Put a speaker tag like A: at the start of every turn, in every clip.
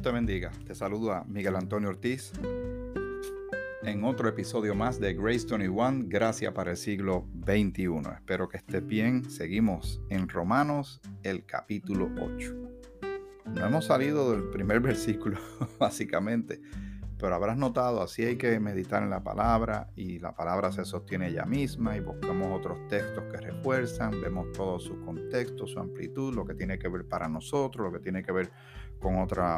A: te bendiga. Te saluda Miguel Antonio Ortiz en otro episodio más de Grace 21, Gracia para el siglo XXI. Espero que estés bien. Seguimos en Romanos, el capítulo 8. No hemos salido del primer versículo, básicamente, pero habrás notado, así hay que meditar en la palabra y la palabra se sostiene ella misma y buscamos otros textos que refuerzan, vemos todo su contexto, su amplitud, lo que tiene que ver para nosotros, lo que tiene que ver con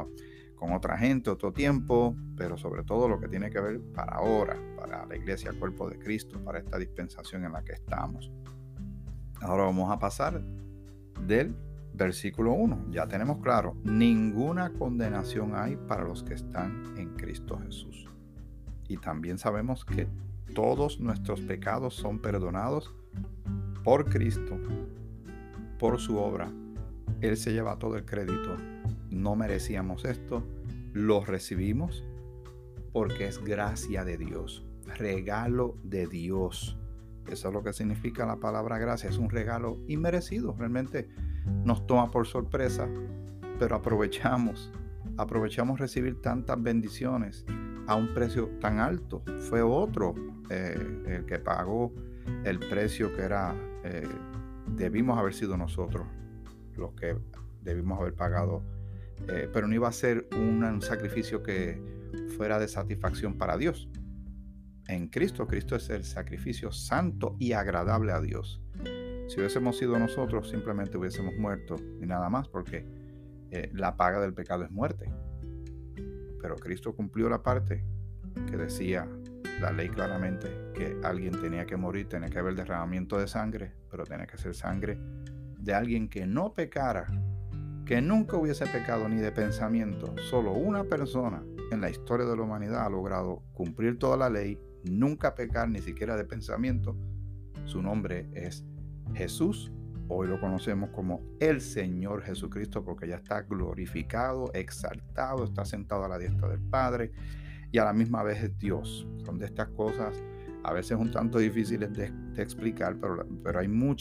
A: otra gente, otro tiempo, pero sobre todo lo que tiene que ver para ahora, para la iglesia, cuerpo de Cristo, para esta dispensación en la que estamos. Ahora vamos a pasar del versículo 1. Ya tenemos claro, ninguna condenación hay para los que están en Cristo Jesús. Y también sabemos que todos nuestros pecados son perdonados por Cristo, por su obra. Él se lleva todo el crédito. No merecíamos esto, lo recibimos porque es gracia de Dios, regalo de Dios. Eso es lo que significa la palabra gracia, es un regalo inmerecido. Realmente nos toma por sorpresa, pero aprovechamos recibir tantas bendiciones a un precio tan alto. Fue otro el que pagó el precio que era, debimos haber sido nosotros los que debimos haber pagado, pero no iba a ser un sacrificio que fuera de satisfacción para Dios. En Cristo es el sacrificio santo y agradable a Dios. Si hubiésemos sido nosotros, simplemente hubiésemos muerto y nada más, porque la paga del pecado es muerte. Pero Cristo cumplió la parte que decía la ley claramente, que alguien tenía que morir, tenía que haber derramamiento de sangre, pero tenía que ser sangre de alguien que no pecara, que nunca hubiese pecado ni de pensamiento. Solo una persona en la historia de la humanidad ha logrado cumplir toda la ley, nunca pecar ni siquiera de pensamiento. Su nombre es Jesús. Hoy lo conocemos como el Señor Jesucristo porque ya está glorificado, exaltado, está sentado a la diestra del Padre y a la misma vez es Dios. Son de estas cosas a veces un tanto difíciles de explicar, pero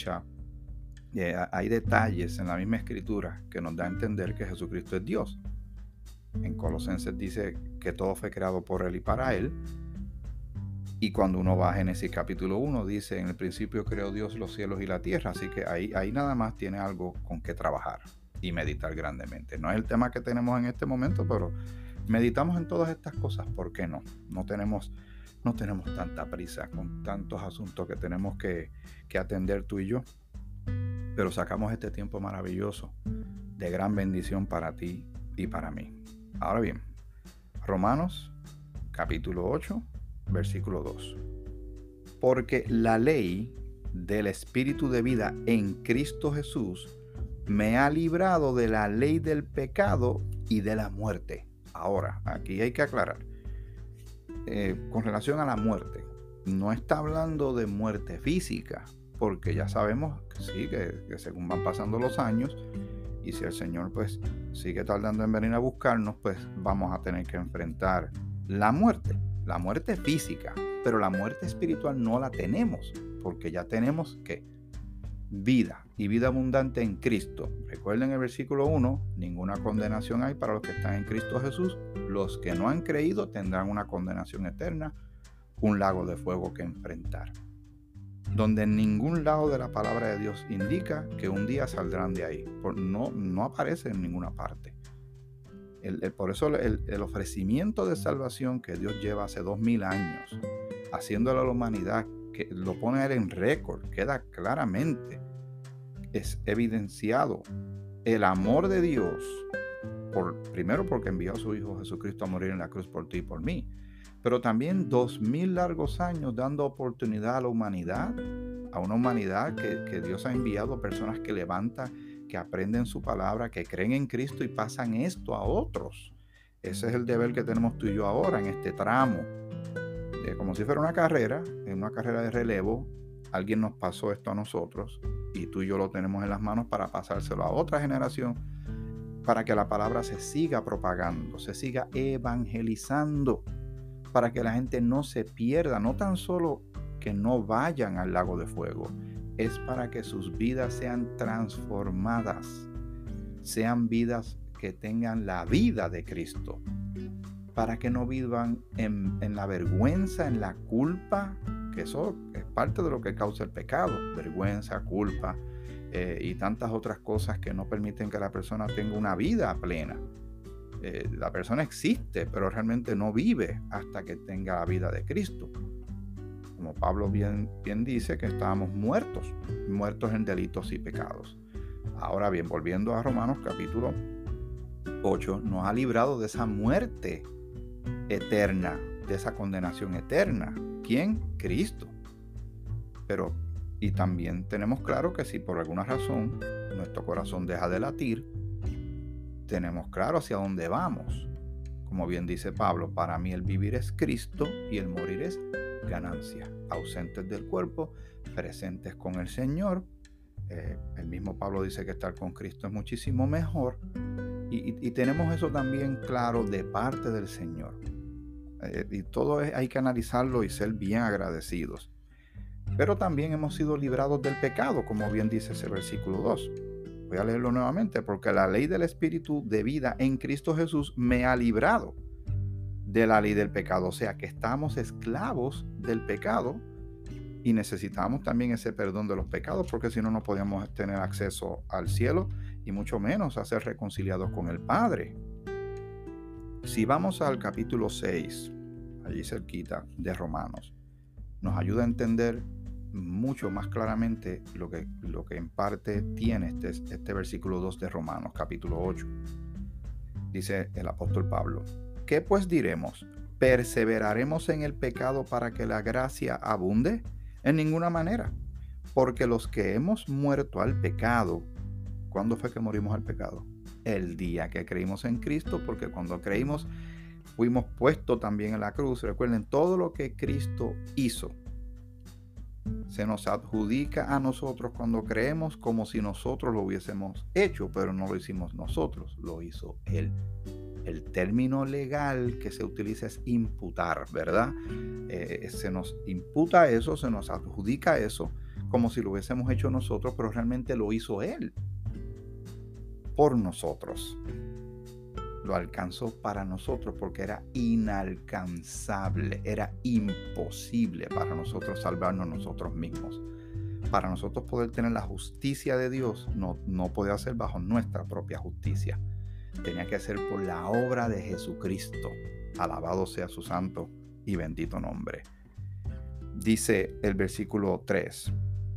A: hay detalles en la misma escritura que nos da a entender que Jesucristo es Dios. En Colosenses dice que todo fue creado por Él y para Él. Y cuando uno va a Génesis capítulo 1, dice, en el principio creó Dios los cielos y la tierra. Así que ahí nada más tiene algo con que trabajar y meditar grandemente. No es el tema que tenemos en este momento, pero meditamos en todas estas cosas. ¿Por qué no? No tenemos tanta prisa con tantos asuntos que tenemos que atender tú y yo. Pero sacamos este tiempo maravilloso de gran bendición para ti y para mí. Ahora bien, Romanos capítulo 8, versículo 2. Porque la ley del Espíritu de vida en Cristo Jesús me ha librado de la ley del pecado y de la muerte. Ahora, aquí hay que aclarar. Con relación a la muerte, no está hablando de muerte física, porque ya sabemos que sí, que según van pasando los años y si el Señor pues sigue tardando en venir a buscarnos, pues vamos a tener que enfrentar la muerte física, pero la muerte espiritual no la tenemos, porque ya tenemos ¿qué? Vida y vida abundante en Cristo. Recuerden el versículo 1, ninguna condenación hay para los que están en Cristo Jesús. Los que no han creído tendrán una condenación eterna, un lago de fuego que enfrentar, donde en ningún lado de la palabra de Dios indica que un día saldrán de ahí. No aparece en ninguna parte. Por eso el ofrecimiento de salvación que Dios lleva hace 2000 años, haciéndolo a la humanidad, que lo pone a él en récord, queda claramente, es evidenciado el amor de Dios, primero porque envió a su Hijo Jesucristo a morir en la cruz por ti y por mí, pero también 2000 largos años dando oportunidad a la humanidad, a una humanidad que Dios ha enviado personas que levantan, que aprenden su palabra, que creen en Cristo y pasan esto a otros. Ese es el deber que tenemos tú y yo ahora en este tramo. Como si fuera una carrera, en una carrera de relevo, alguien nos pasó esto a nosotros y tú y yo lo tenemos en las manos para pasárselo a otra generación, para que la palabra se siga propagando, se siga evangelizando, para que la gente no se pierda, no tan solo que no vayan al lago de fuego, es para que sus vidas sean transformadas, sean vidas que tengan la vida de Cristo, para que no vivan en la vergüenza, en la culpa, que eso es parte de lo que causa el pecado, vergüenza, culpa y tantas otras cosas que no permiten que la persona tenga una vida plena. La persona existe, pero realmente no vive hasta que tenga la vida de Cristo. Como Pablo bien dice, que estábamos muertos en delitos y pecados. Ahora bien, volviendo a Romanos capítulo 8, nos ha librado de esa muerte eterna, de esa condenación eterna. ¿Quién? Cristo. Y también tenemos claro que si por alguna razón nuestro corazón deja de latir, tenemos claro hacia dónde vamos. Como bien dice Pablo, para mí el vivir es Cristo y el morir es ganancia. Ausentes del cuerpo, presentes con el Señor. El mismo Pablo dice que estar con Cristo es muchísimo mejor. Y tenemos eso también claro de parte del Señor. Y todo hay que analizarlo y ser bien agradecidos. Pero también hemos sido librados del pecado, como bien dice ese versículo 2. Voy a leerlo nuevamente, porque la ley del Espíritu de vida en Cristo Jesús me ha librado de la ley del pecado. O sea que estamos esclavos del pecado y necesitamos también ese perdón de los pecados, porque si no, no podíamos tener acceso al cielo y mucho menos a ser reconciliados con el Padre. Si vamos al capítulo 6, allí cerquita de Romanos, nos ayuda a entender mucho más claramente lo que en parte tiene este versículo 2 de Romanos, capítulo 8. Dice el apóstol Pablo: ¿qué pues diremos? ¿Perseveraremos en el pecado para que la gracia abunde? En ninguna manera, porque los que hemos muerto al pecado, ¿cuándo fue que morimos al pecado? El día que creímos en Cristo, porque cuando creímos fuimos puestos también en la cruz. Recuerden, todo lo que Cristo hizo se nos adjudica a nosotros cuando creemos, como si nosotros lo hubiésemos hecho, pero no lo hicimos nosotros, lo hizo Él. El término legal que se utiliza es imputar, ¿verdad? Se nos imputa eso, se nos adjudica eso, como si lo hubiésemos hecho nosotros, pero realmente lo hizo Él por nosotros. Lo alcanzó para nosotros porque era inalcanzable, era imposible para nosotros salvarnos nosotros mismos. Para nosotros poder tener la justicia de Dios, no podía ser bajo nuestra propia justicia. Tenía que ser por la obra de Jesucristo. Alabado sea su santo y bendito nombre. Dice el versículo 3.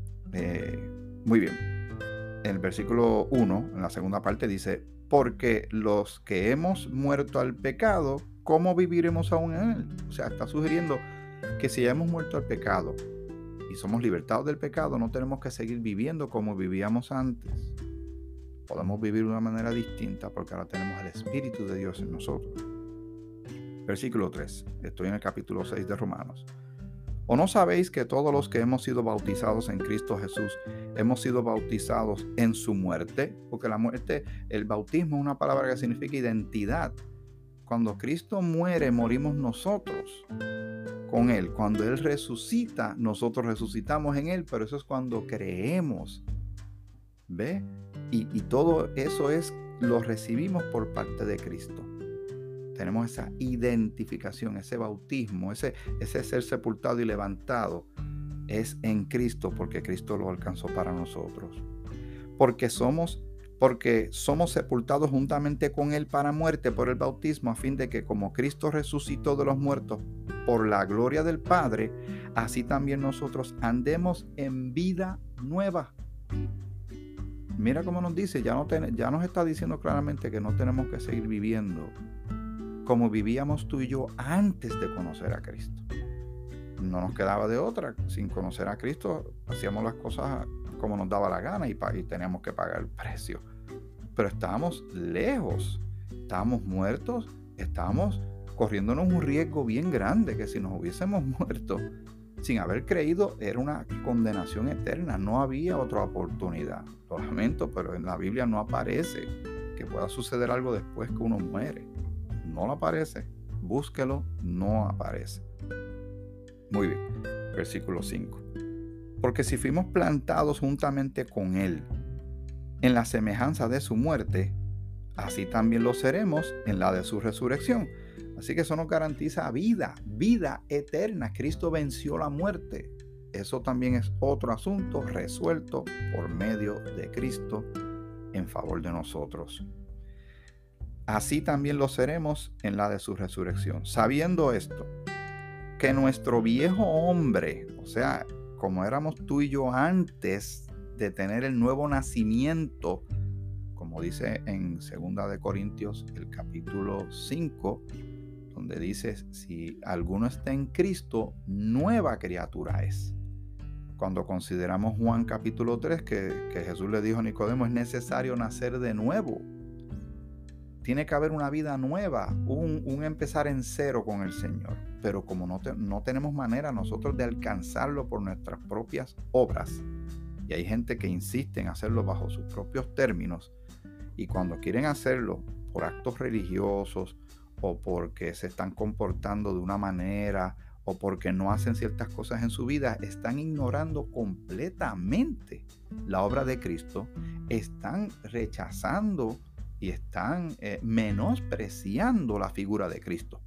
A: Muy bien. En el versículo 1, en la segunda parte, dice: porque los que hemos muerto al pecado, ¿cómo viviremos aún en él? O sea, está sugiriendo que si ya hemos muerto al pecado y somos libertados del pecado, no tenemos que seguir viviendo como vivíamos antes. Podemos vivir de una manera distinta porque ahora tenemos el Espíritu de Dios en nosotros. Versículo 3. Estoy en el capítulo 6 de Romanos. ¿O no sabéis que todos los que hemos sido bautizados en Cristo Jesús hemos sido bautizados en su muerte? Porque la muerte, el bautismo es una palabra que significa identidad. Cuando Cristo muere, morimos nosotros con Él. Cuando Él resucita, nosotros resucitamos en Él, pero eso es cuando creemos. ¿Ve? Y todo eso lo recibimos por parte de Cristo. Tenemos esa identificación, ese bautismo, ese ser sepultado y levantado es en Cristo, porque Cristo lo alcanzó para nosotros. Porque somos sepultados juntamente con Él para muerte por el bautismo, a fin de que como Cristo resucitó de los muertos por la gloria del Padre, así también nosotros andemos en vida nueva. Mira cómo nos dice, ya nos está diciendo claramente que no tenemos que seguir viviendo como vivíamos tú y yo antes de conocer a Cristo. No nos quedaba de otra. Sin conocer a Cristo, hacíamos las cosas como nos daba la gana y teníamos que pagar el precio. Pero estábamos lejos, estábamos muertos, estábamos corriéndonos un riesgo bien grande, que si nos hubiésemos muerto sin haber creído, era una condenación eterna. No había otra oportunidad. Lo lamento, pero en la Biblia no aparece que pueda suceder algo después que uno muere. No lo aparece. Búsquelo, no aparece. Muy bien. Versículo 5. Porque si fuimos plantados juntamente con Él en la semejanza de su muerte, así también lo seremos en la de su resurrección. Así que eso nos garantiza vida, vida eterna. Cristo venció la muerte. Eso también es otro asunto resuelto por medio de Cristo en favor de nosotros. Así también lo seremos en la de su resurrección. Sabiendo esto, que nuestro viejo hombre, o sea, como éramos tú y yo antes de tener el nuevo nacimiento, como dice en 2 de Corintios, el capítulo 5, donde dice, si alguno está en Cristo, nueva criatura es. Cuando consideramos Juan capítulo 3, que Jesús le dijo a Nicodemo, es necesario nacer de nuevo. Tiene que haber una vida nueva, un empezar en cero con el Señor. Pero como no tenemos manera nosotros de alcanzarlo por nuestras propias obras, y hay gente que insiste en hacerlo bajo sus propios términos, y cuando quieren hacerlo por actos religiosos, o porque se están comportando de una manera, o porque no hacen ciertas cosas en su vida, están ignorando completamente la obra de Cristo, están rechazando y están menospreciando la figura de Cristo.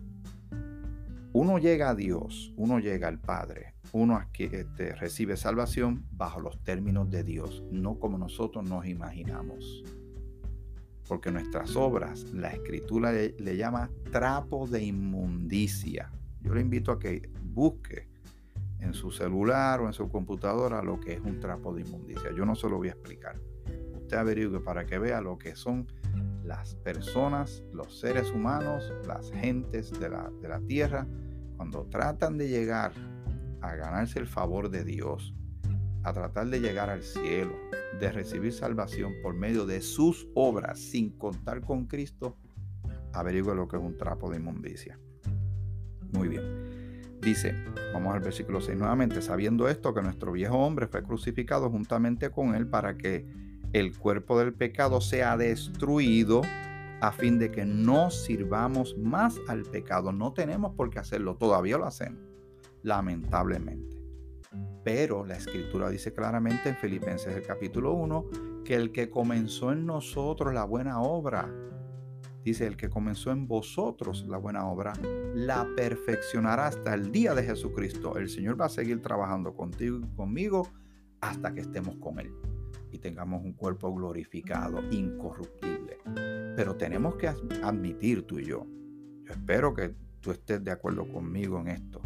A: Uno llega a Dios, uno llega al Padre, uno recibe salvación bajo los términos de Dios, no como nosotros nos imaginamos. Porque nuestras obras, la Escritura le llama trapo de inmundicia. Yo le invito a que busque en su celular o en su computadora lo que es un trapo de inmundicia. Yo no se lo voy a explicar. Usted averigüe para que vea lo que son las personas, los seres humanos, las gentes de la tierra, cuando tratan de llegar a ganarse el favor de Dios, a tratar de llegar al cielo, de recibir salvación por medio de sus obras, sin contar con Cristo, averigüe lo que es un trapo de inmundicia. Muy bien. Dice, vamos al versículo 6 nuevamente, sabiendo esto, que nuestro viejo hombre fue crucificado juntamente con él para que el cuerpo del pecado sea destruido, a fin de que no sirvamos más al pecado. No tenemos por qué hacerlo, todavía lo hacemos, lamentablemente. Pero la Escritura dice claramente en Filipenses el capítulo 1, que el que comenzó en nosotros la buena obra, dice, el que comenzó en vosotros la buena obra, la perfeccionará hasta el día de Jesucristo. El Señor va a seguir trabajando contigo y conmigo hasta que estemos con Él y tengamos un cuerpo glorificado, incorruptible. Pero tenemos que admitir tú y yo espero que tú estés de acuerdo conmigo en esto,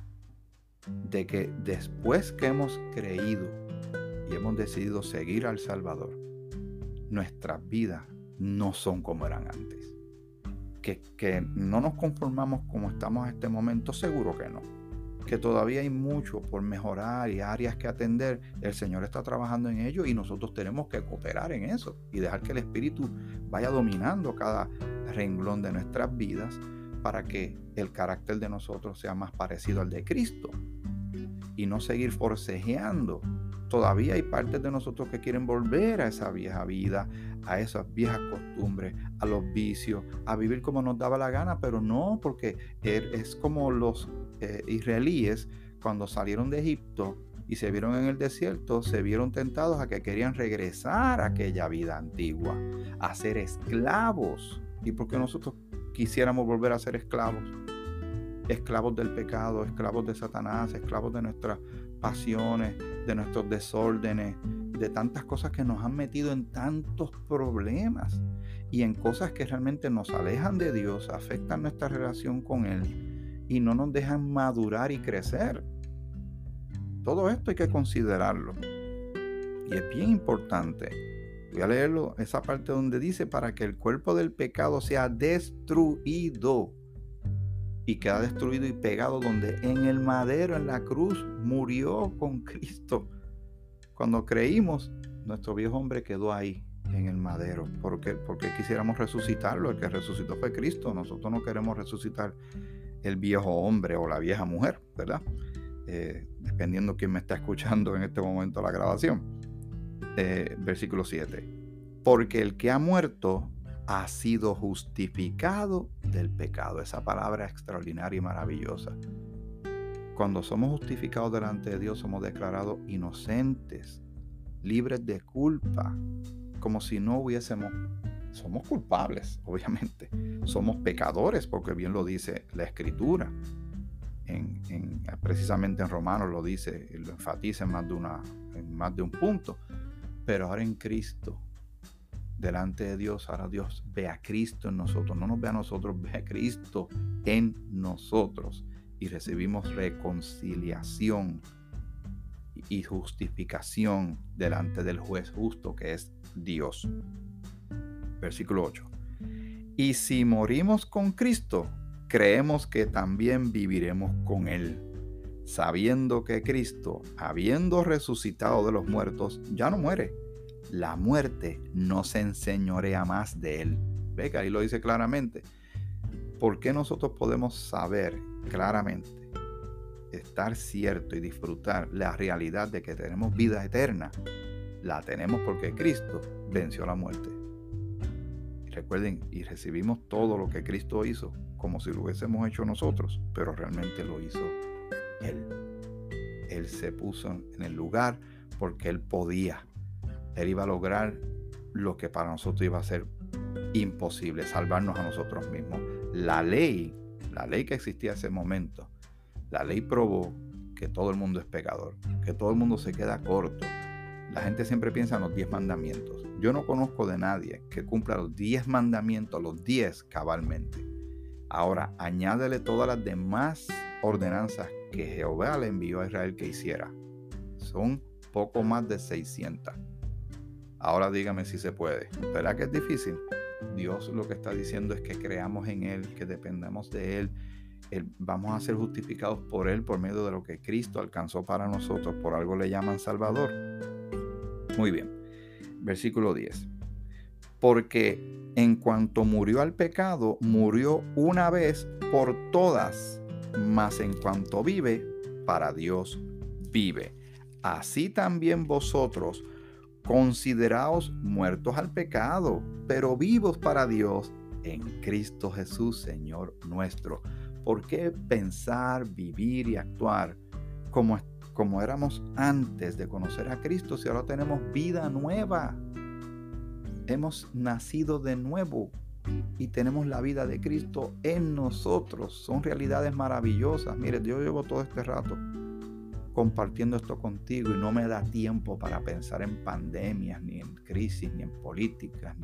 A: de que después que hemos creído y hemos decidido seguir al Salvador, nuestras vidas no son como eran antes. Que no nos conformamos como estamos en este momento, seguro que no. Que todavía hay mucho por mejorar y áreas que atender. El Señor está trabajando en ello y nosotros tenemos que cooperar en eso y dejar que el Espíritu vaya dominando cada renglón de nuestras vidas para que el carácter de nosotros sea más parecido al de Cristo y no seguir forcejeando. Todavía hay partes de nosotros que quieren volver a esa vieja vida, a esas viejas costumbres, a los vicios, a vivir como nos daba la gana, pero no, porque es como los israelíes cuando salieron de Egipto y se vieron en el desierto, se vieron tentados a que querían regresar a aquella vida antigua, a ser esclavos. ¿Y por qué nosotros quisiéramos volver a ser esclavos? Esclavos del pecado, esclavos de Satanás, esclavos de nuestras pasiones, de nuestros desórdenes, de tantas cosas que nos han metido en tantos problemas y en cosas que realmente nos alejan de Dios, afectan nuestra relación con Él y no nos dejan madurar y crecer. Todo esto hay que considerarlo y es bien importante. Voy a leerlo, esa parte donde dice, para que el cuerpo del pecado sea destruido. Y queda destruido y pegado donde en el madero, en la cruz, murió con Cristo. Cuando creímos, nuestro viejo hombre quedó ahí en el madero. Porque quisiéramos resucitarlo. El que resucitó fue Cristo. Nosotros no queremos resucitar el viejo hombre o la vieja mujer, ¿verdad? Dependiendo quién me está escuchando en este momento la grabación. Versículo 7. Porque el que ha muerto ha sido justificado del pecado. Esa palabra extraordinaria y maravillosa. Cuando somos justificados delante de Dios, somos declarados inocentes, libres de culpa, como si no hubiésemos somos culpables, obviamente. Somos pecadores, porque bien lo dice la Escritura. Precisamente en Romanos lo dice, lo enfatiza en más de un punto. Pero ahora en Cristo, delante de Dios, ahora Dios ve a Cristo en nosotros. No nos ve a nosotros, ve a Cristo en nosotros. Y recibimos reconciliación y justificación delante del juez justo, que es Dios. Versículo 8. Y si morimos con Cristo, creemos que también viviremos con Él, sabiendo que Cristo, habiendo resucitado de los muertos, ya no muere. La muerte no se enseñorea más de Él. Ve que ahí lo dice claramente. ¿Por qué nosotros podemos saber claramente, estar cierto y disfrutar la realidad de que tenemos vida eterna? La tenemos porque Cristo venció la muerte. Recuerden, y recibimos todo lo que Cristo hizo como si lo hubiésemos hecho nosotros, pero realmente lo hizo Él. Él se puso en el lugar porque Él podía. Él iba a lograr lo que para nosotros iba a ser imposible, salvarnos a nosotros mismos. La ley que existía en ese momento, la ley probó que todo el mundo es pecador, que todo el mundo se queda corto. La gente siempre piensa en los 10 mandamientos. Yo no conozco de nadie que cumpla los 10 mandamientos, los 10 cabalmente. Ahora, añádele todas las demás ordenanzas que Jehová le envió a Israel que hiciera. Son poco más de 600. Ahora dígame si se puede. ¿Verdad que es difícil? Dios lo que está diciendo es que creamos en Él, que dependamos de Él. Vamos a ser justificados por Él por medio de lo que Cristo alcanzó para nosotros. Por algo le llaman Salvador. Muy bien. Versículo 10. Porque en cuanto murió al pecado, murió una vez por todas, mas en cuanto vive, para Dios vive. Así también vosotros, consideraos muertos al pecado, pero vivos para Dios en Cristo Jesús, Señor nuestro. ¿Por qué pensar, vivir y actuar como éramos antes de conocer a Cristo si ahora tenemos vida nueva? Hemos nacido de nuevo y tenemos la vida de Cristo en nosotros. Son realidades maravillosas. Mire, yo llevo todo este rato compartiendo esto contigo y no me da tiempo para pensar en pandemias, ni en crisis, ni en políticas,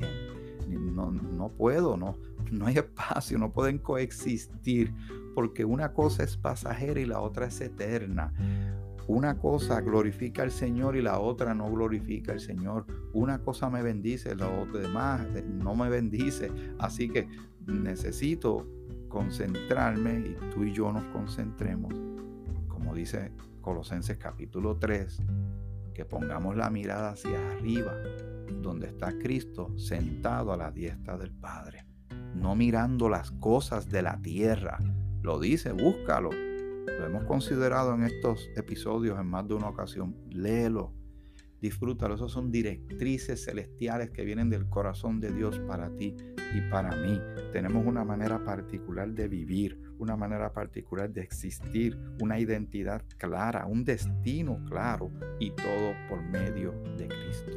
A: no puedo, no hay espacio, no pueden coexistir, porque una cosa es pasajera y la otra es eterna. Una cosa glorifica al Señor y la otra no glorifica al Señor. Una cosa me bendice, la otra demás no me bendice. Así que necesito concentrarme y tú y yo nos concentremos, como dice Colosenses capítulo 3, que pongamos la mirada hacia arriba, donde está Cristo sentado a la diestra del Padre, no mirando las cosas de la tierra. Lo dice, búscalo. Lo hemos considerado en estos episodios en más de una ocasión. Léelo, disfrútalo. Esas son directrices celestiales que vienen del corazón de Dios para ti y para mí. Tenemos una manera particular de vivir, una manera particular de existir, una identidad clara, un destino claro, y todo por medio de Cristo.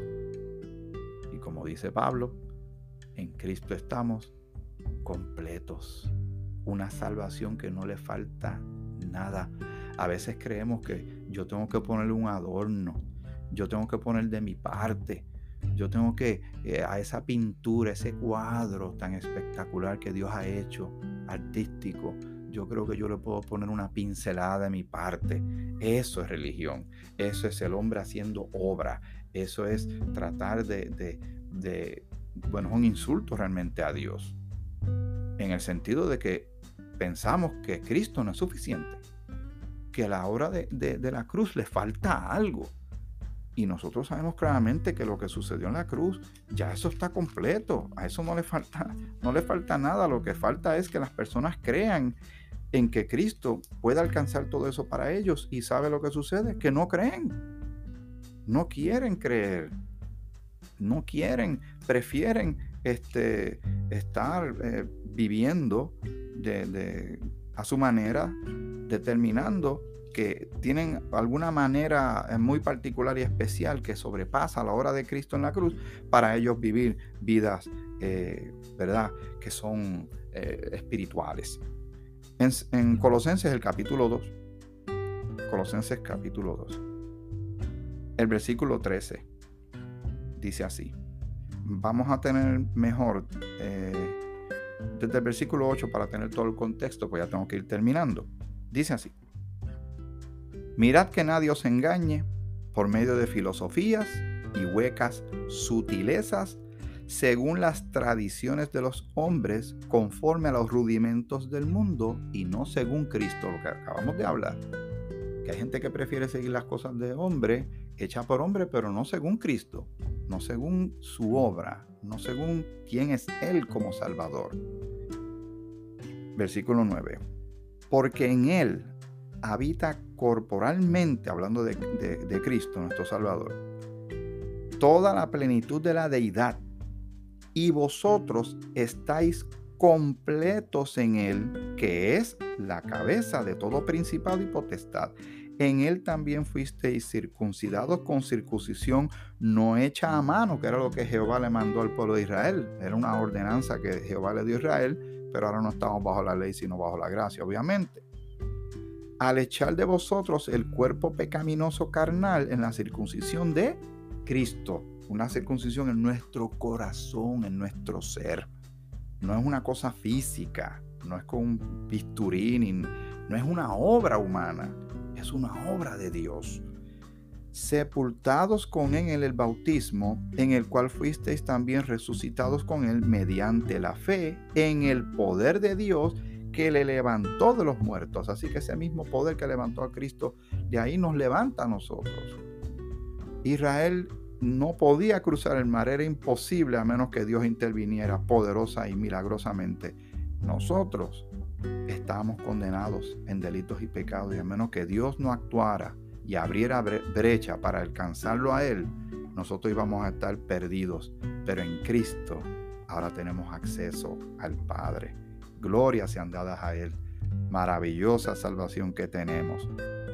A: Y como dice Pablo, en Cristo estamos completos. Una salvación que no le falta nada. A veces creemos que yo tengo que ponerle un adorno, yo tengo que poner de mi parte, yo tengo que a esa pintura, ese cuadro tan espectacular que Dios ha hecho, artístico, yo creo que yo le puedo poner una pincelada de mi parte. Eso es religión, eso es el hombre haciendo obra, eso es tratar bueno, es un insulto realmente a Dios, en el sentido de que pensamos que Cristo no es suficiente, que a la hora de la cruz le falta algo. Y nosotros sabemos claramente que lo que sucedió en la cruz, ya eso está completo. A eso no le falta nada. Lo que falta es que las personas crean en que Cristo puede alcanzar todo eso para ellos. Y ¿sabe lo que sucede? Que no creen. No quieren creer. No quieren. Prefieren estar viviendo a su manera, determinando que tienen alguna manera muy particular y especial que sobrepasa la obra de Cristo en la cruz para ellos vivir vidas, ¿verdad?, que son espirituales. En Colosenses, el capítulo 2, Colosenses capítulo 2, el versículo 13, dice así. Vamos a tener mejor desde el versículo 8 para tener todo el contexto, pues ya tengo que ir terminando. Dice así: mirad que nadie os engañe por medio de filosofías y huecas sutilezas, según las tradiciones de los hombres, conforme a los rudimentos del mundo y no según Cristo, lo que acabamos de hablar. Que hay gente que prefiere seguir las cosas de hombre, hecha por hombre, pero no según Cristo, no según su obra, no según quién es Él como Salvador. Versículo 9. Porque en Él habita corporalmente, hablando de Cristo, nuestro Salvador, toda la plenitud de la deidad, y vosotros estáis completos en Él, que es la cabeza de todo principado y potestad. En Él también fuisteis circuncidados con circuncisión no hecha a mano, que era lo que Jehová le mandó al pueblo de Israel. Era una ordenanza que Jehová le dio a Israel, pero ahora no estamos bajo la ley, sino bajo la gracia, obviamente. Al echar de vosotros el cuerpo pecaminoso carnal en la circuncisión de Cristo. Una circuncisión en nuestro corazón, en nuestro ser. No es una cosa física, no es con un bisturí, no es una obra humana, es una obra de Dios. Sepultados con Él en el bautismo, en el cual fuisteis también resucitados con Él mediante la fe en el poder de Dios que le levantó de los muertos. Así que ese mismo poder que levantó a Cristo, de ahí nos levanta a nosotros. Israel no podía cruzar el mar, era imposible a menos que Dios interviniera poderosa y milagrosamente. Nosotros estábamos condenados en delitos y pecados, y a menos que Dios no actuara y abriera brecha para alcanzarlo a Él, nosotros íbamos a estar perdidos. Pero en Cristo ahora tenemos acceso al Padre. Glorias sean dadas a Él. Maravillosa salvación que tenemos.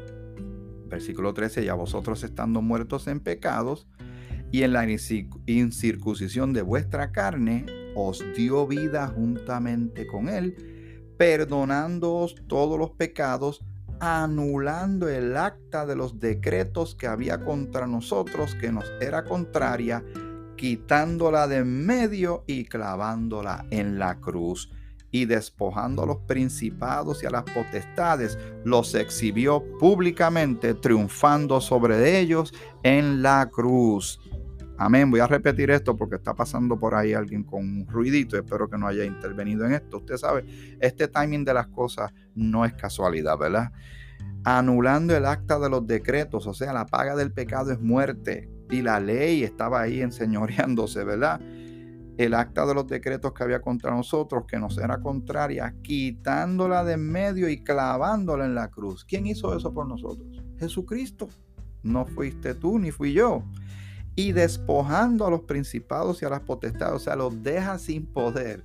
A: Versículo 13, y a vosotros estando muertos en pecados y en la incircuncisión de vuestra carne, os dio vida juntamente con Él, perdonándoos todos los pecados, anulando el acta de los decretos que había contra nosotros, que nos era contraria, quitándola de en medio y clavándola en la cruz. Y despojando a los principados y a las potestades, los exhibió públicamente, triunfando sobre ellos en la cruz. Amén. Voy a repetir esto porque está pasando por ahí alguien con un ruidito. Espero que no haya intervenido en esto. Usted sabe, este timing de las cosas no es casualidad, ¿verdad? Anulando el acta de los decretos, o sea, la paga del pecado es muerte. Y la ley estaba ahí enseñoreándose, ¿verdad? El acta de los decretos que había contra nosotros, que nos era contraria, quitándola de en medio y clavándola en la cruz. ¿Quién hizo eso por nosotros? Jesucristo. No fuiste tú ni fui yo. Y despojando a los principados y a las potestades, o sea, los deja sin poder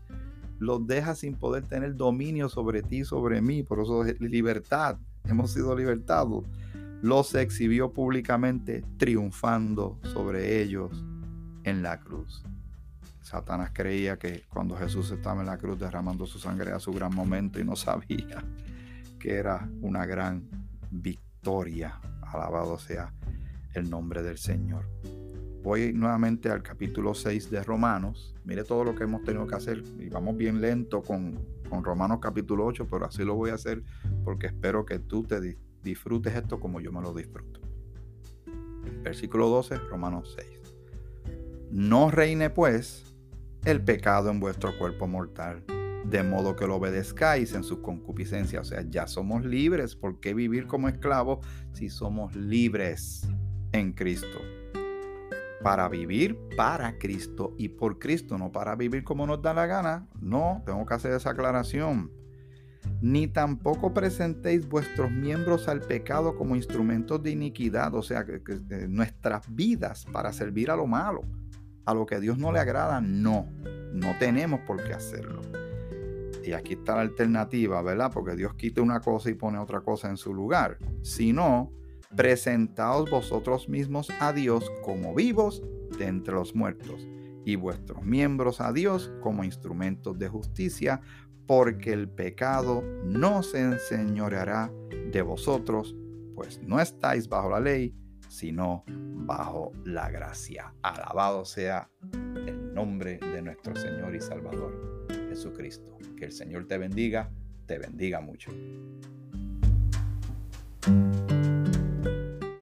A: tener dominio sobre ti, sobre mí. Por eso es libertad. Hemos sido libertados. Los exhibió públicamente, triunfando sobre ellos en la cruz. Satanás creía que cuando Jesús estaba en la cruz derramando su sangre era su gran momento y no sabía que era una gran victoria. Alabado sea el nombre del Señor. Voy nuevamente al capítulo 6 de Romanos. Mire todo lo que hemos tenido que hacer y vamos bien lento con Romanos capítulo 8, pero así lo voy a hacer porque espero que tú te disfrutes esto como yo me lo disfruto. Versículo 12, Romanos 6. No reine pues el pecado en vuestro cuerpo mortal, de modo que lo obedezcáis en sus concupiscencias. O sea, ya somos libres. ¿Por qué vivir como esclavos si somos libres en Cristo? Para vivir para Cristo y por Cristo, no para vivir como nos da la gana. No, tengo que hacer esa aclaración. Ni tampoco presentéis vuestros miembros al pecado como instrumentos de iniquidad, o sea, que nuestras vidas para servir a lo malo, a lo que a Dios no le agrada. No tenemos por qué hacerlo. y aquí está la alternativa, ¿verdad? Porque Dios quita una cosa y pone otra cosa en su lugar. Sino, presentaos vosotros mismos a Dios como vivos de entre los muertos, y vuestros miembros a Dios como instrumentos de justicia, porque el pecado no se enseñoreará de vosotros, pues no estáis bajo la ley, sino bajo la gracia. Alabado sea el nombre de nuestro Señor y Salvador Jesucristo. Que el Señor te bendiga mucho.